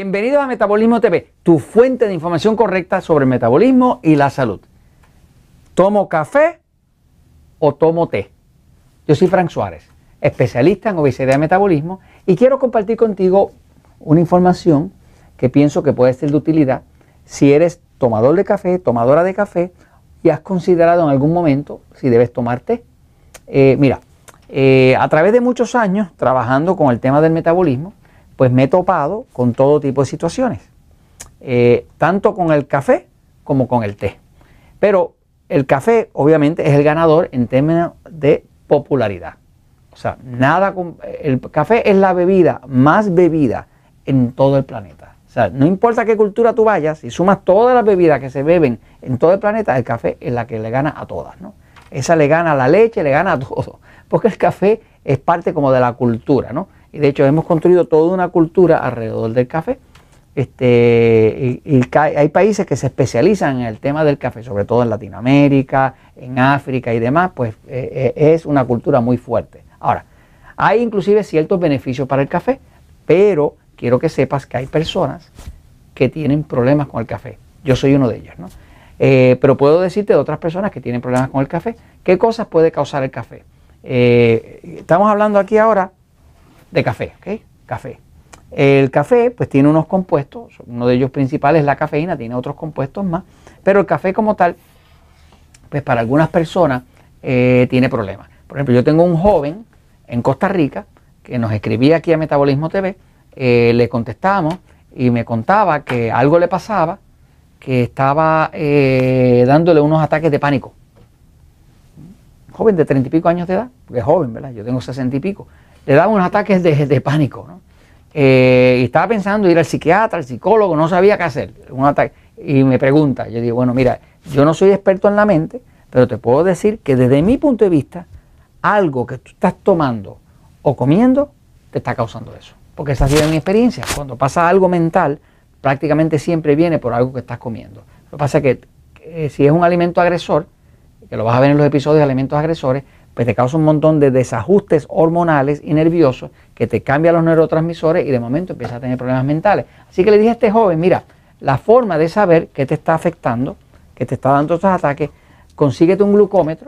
Bienvenidos a Metabolismo TV, tu fuente de información correcta sobre el metabolismo y la salud. ¿Tomo café o tomo té? Yo soy Frank Suárez, especialista en obesidad y metabolismo, y quiero compartir contigo una información que pienso que puede ser de utilidad si eres tomador de café, tomadora de café, y has considerado en algún momento si debes tomar té. A través de muchos años trabajando con el tema del metabolismo, pues me he topado con todo tipo de situaciones, tanto con el café como con el té. Pero el café obviamente es el ganador en términos de popularidad. O sea, el café es la bebida más bebida en todo el planeta. O sea, no importa qué cultura tú vayas, si sumas todas las bebidas que se beben en todo el planeta, el café es la que le gana a todas, ¿no? Esa le gana a la leche, le gana a todo, porque el café es parte como de la cultura, ¿no? Y de hecho hemos construido toda una cultura alrededor del café. Hay países que se especializan en el tema del café, sobre todo en Latinoamérica, en África y demás, pues es una cultura muy fuerte. Ahora, hay inclusive ciertos beneficios para el café, pero quiero que sepas que hay personas que tienen problemas con el café. Yo soy uno de ellos, ¿no? Pero puedo decirte de otras personas que tienen problemas con el café. ¿Qué cosas puede causar el café? Estamos hablando aquí ahora de café, ¿ok? Café. El café pues tiene unos compuestos, uno de ellos principales es la cafeína, tiene otros compuestos más, pero el café como tal, pues para algunas personas tiene problemas. Por ejemplo, yo tengo un joven en Costa Rica que nos escribía aquí a Metabolismo TV, le contestamos y me contaba que algo le pasaba, que estaba dándole unos ataques de pánico. Joven de 30 y pico años de edad, porque es joven, ¿verdad? Yo tengo 60 y pico. Le daba unos ataques de pánico, ¿no? Y estaba pensando ir al psiquiatra, al psicólogo, no sabía qué hacer. Un ataque. Y me pregunta, yo digo, bueno, mira, yo no soy experto en la mente, pero te puedo decir que desde mi punto de vista, algo que tú estás tomando o comiendo te está causando eso. Porque esa ha sido mi experiencia. Cuando pasa algo mental, prácticamente siempre viene por algo que estás comiendo. Lo que pasa es que si es un alimento agresor, que lo vas a ver en los episodios de alimentos agresores, pues te causa un montón de desajustes hormonales y nerviosos que te cambian los neurotransmisores y de momento empiezas a tener problemas mentales. Así que le dije a este joven, mira, la forma de saber qué te está afectando, qué te está dando estos ataques, consíguete un glucómetro,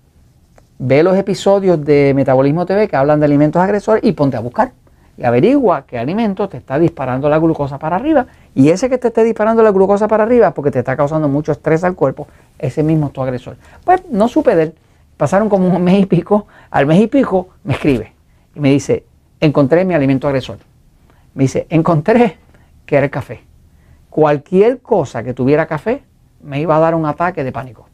ve los episodios de Metabolismo TV que hablan de alimentos agresores y ponte a buscar. Y averigua qué alimento te está disparando la glucosa para arriba. Y ese que te esté disparando la glucosa para arriba porque te está causando mucho estrés al cuerpo, ese mismo es tu agresor. Pues no supe de él. Pasaron como un mes y pico. Al mes y pico me escribe y me dice, encontré mi alimento agresor. Me dice, encontré que era el café. Cualquier cosa que tuviera café me iba a dar un ataque de pánico.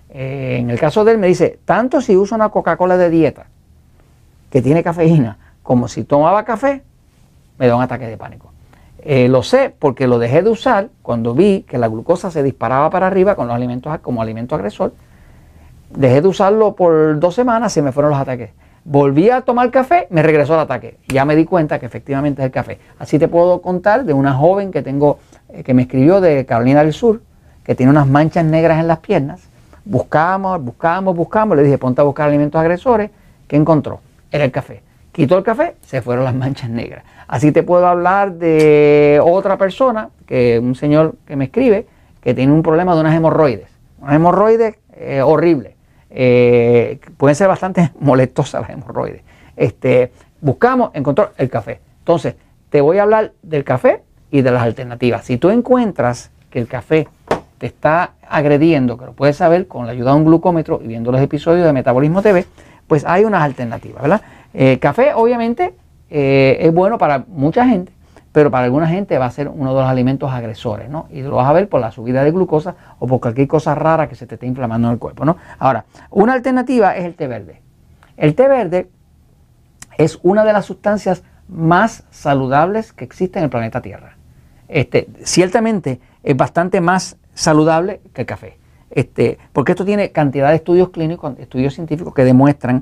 En el caso de él me dice, tanto si uso una Coca-Cola de dieta que tiene cafeína, como si tomaba café, me da un ataque de pánico. Lo sé porque lo dejé de usar cuando vi que la glucosa se disparaba para arriba con los alimentos como alimento agresor. Dejé de usarlo por 2 semanas, se me fueron los ataques. Volví a tomar café, me regresó el ataque. Ya me di cuenta que efectivamente es el café. Así te puedo contar de una joven que tengo, que me escribió de Carolina del Sur, que tiene unas manchas negras en las piernas. Buscamos, le dije, ponte a buscar alimentos agresores. ¿Qué encontró? Era el café. Quitó el café, se fueron las manchas negras. Así te puedo hablar de otra persona, un señor que me escribe, que tiene un problema de unas hemorroides. Unas hemorroides horribles. Pueden ser bastante molestosas las hemorroides. Buscamos, encontró el café. Entonces, te voy a hablar del café y de las alternativas. Si tú encuentras que el café te está agrediendo, que lo puedes saber con la ayuda de un glucómetro y viendo los episodios de Metabolismo TV, pues hay unas alternativas, ¿verdad? Café obviamente es bueno para mucha gente, pero para alguna gente va a ser uno de los alimentos agresores, ¿no? Y lo vas a ver por la subida de glucosa o por cualquier cosa rara que se te esté inflamando en el cuerpo, ¿no? Ahora, una alternativa es el té verde. El té verde es una de las sustancias más saludables que existe en el planeta Tierra. Ciertamente es bastante más saludable que el café. Porque esto tiene cantidad de estudios clínicos, estudios científicos que demuestran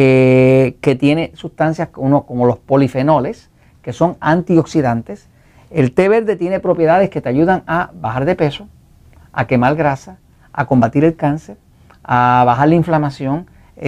que tiene sustancias como los polifenoles, que son antioxidantes. El té verde tiene propiedades que te ayudan a bajar de peso, a quemar grasa, a combatir el cáncer, a bajar la inflamación,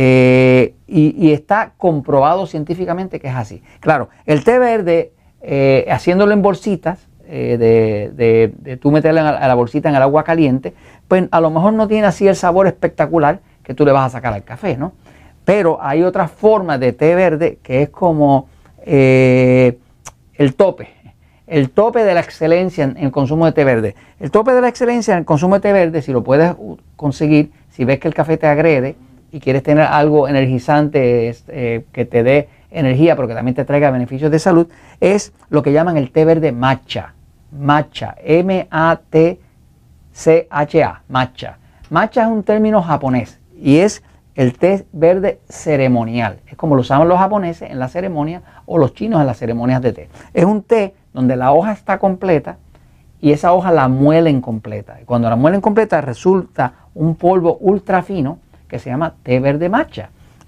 y está comprobado científicamente que es así. Claro, el té verde, haciéndolo en bolsitas, de tú meterla a la bolsita en el agua caliente, pues a lo mejor no tiene así el sabor espectacular que tú le vas a sacar al café, ¿no? Pero hay otras formas de té verde que es como el tope de la excelencia en el consumo de té verde. El tope de la excelencia en el consumo de té verde, si lo puedes conseguir, si ves que el café te agrede y quieres tener algo energizante que te dé energía, pero que también te traiga beneficios de salud, es lo que llaman el té verde matcha. Matcha, M-A-T-C-H-A, matcha. Matcha es un término japonés y es el té verde ceremonial. Es como lo usaban los japoneses en la ceremonia o los chinos en las ceremonias de té. Es un té donde la hoja está completa y esa hoja la muelen completa. Y cuando la muelen completa resulta un polvo ultra fino que se llama té verde matcha.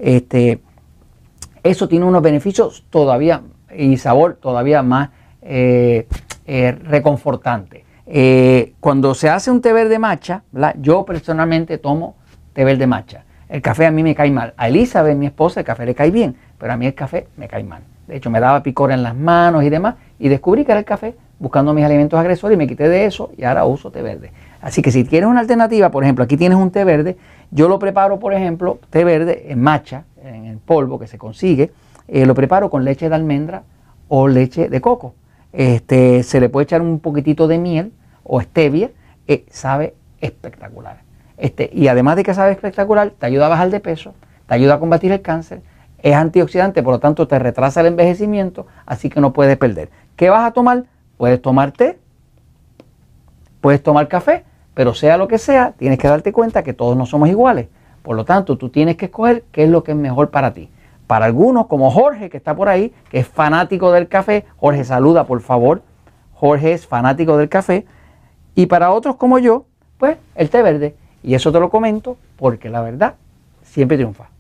Eso tiene unos beneficios todavía y sabor todavía más reconfortante. Cuando se hace un té verde matcha, ¿verdad? Yo personalmente tomo té verde matcha. El café a mí me cae mal. A Elizabeth, mi esposa, el café le cae bien, pero a mí el café me cae mal. De hecho, me daba picor en las manos y demás, y descubrí que era el café buscando mis alimentos agresores y me quité de eso y ahora uso té verde. Así que si quieres una alternativa, por ejemplo, aquí tienes un té verde, yo lo preparo, por ejemplo, té verde en matcha, en el polvo que se consigue, lo preparo con leche de almendra o leche de coco. Se le puede echar un poquitito de miel o stevia, sabe espectacular. Y además de que sabe espectacular, te ayuda a bajar de peso, te ayuda a combatir el cáncer, es antioxidante, por lo tanto te retrasa el envejecimiento, así que no puedes perder. ¿Qué vas a tomar? Puedes tomar té, puedes tomar café, pero sea lo que sea, tienes que darte cuenta que todos no somos iguales. Por lo tanto, tú tienes que escoger qué es lo que es mejor para ti. Para algunos, como Jorge, que está por ahí, que es fanático del café, Jorge, saluda por favor, Jorge es fanático del café, y para otros como yo, pues el té verde. Y eso te lo comento porque la verdad siempre triunfa.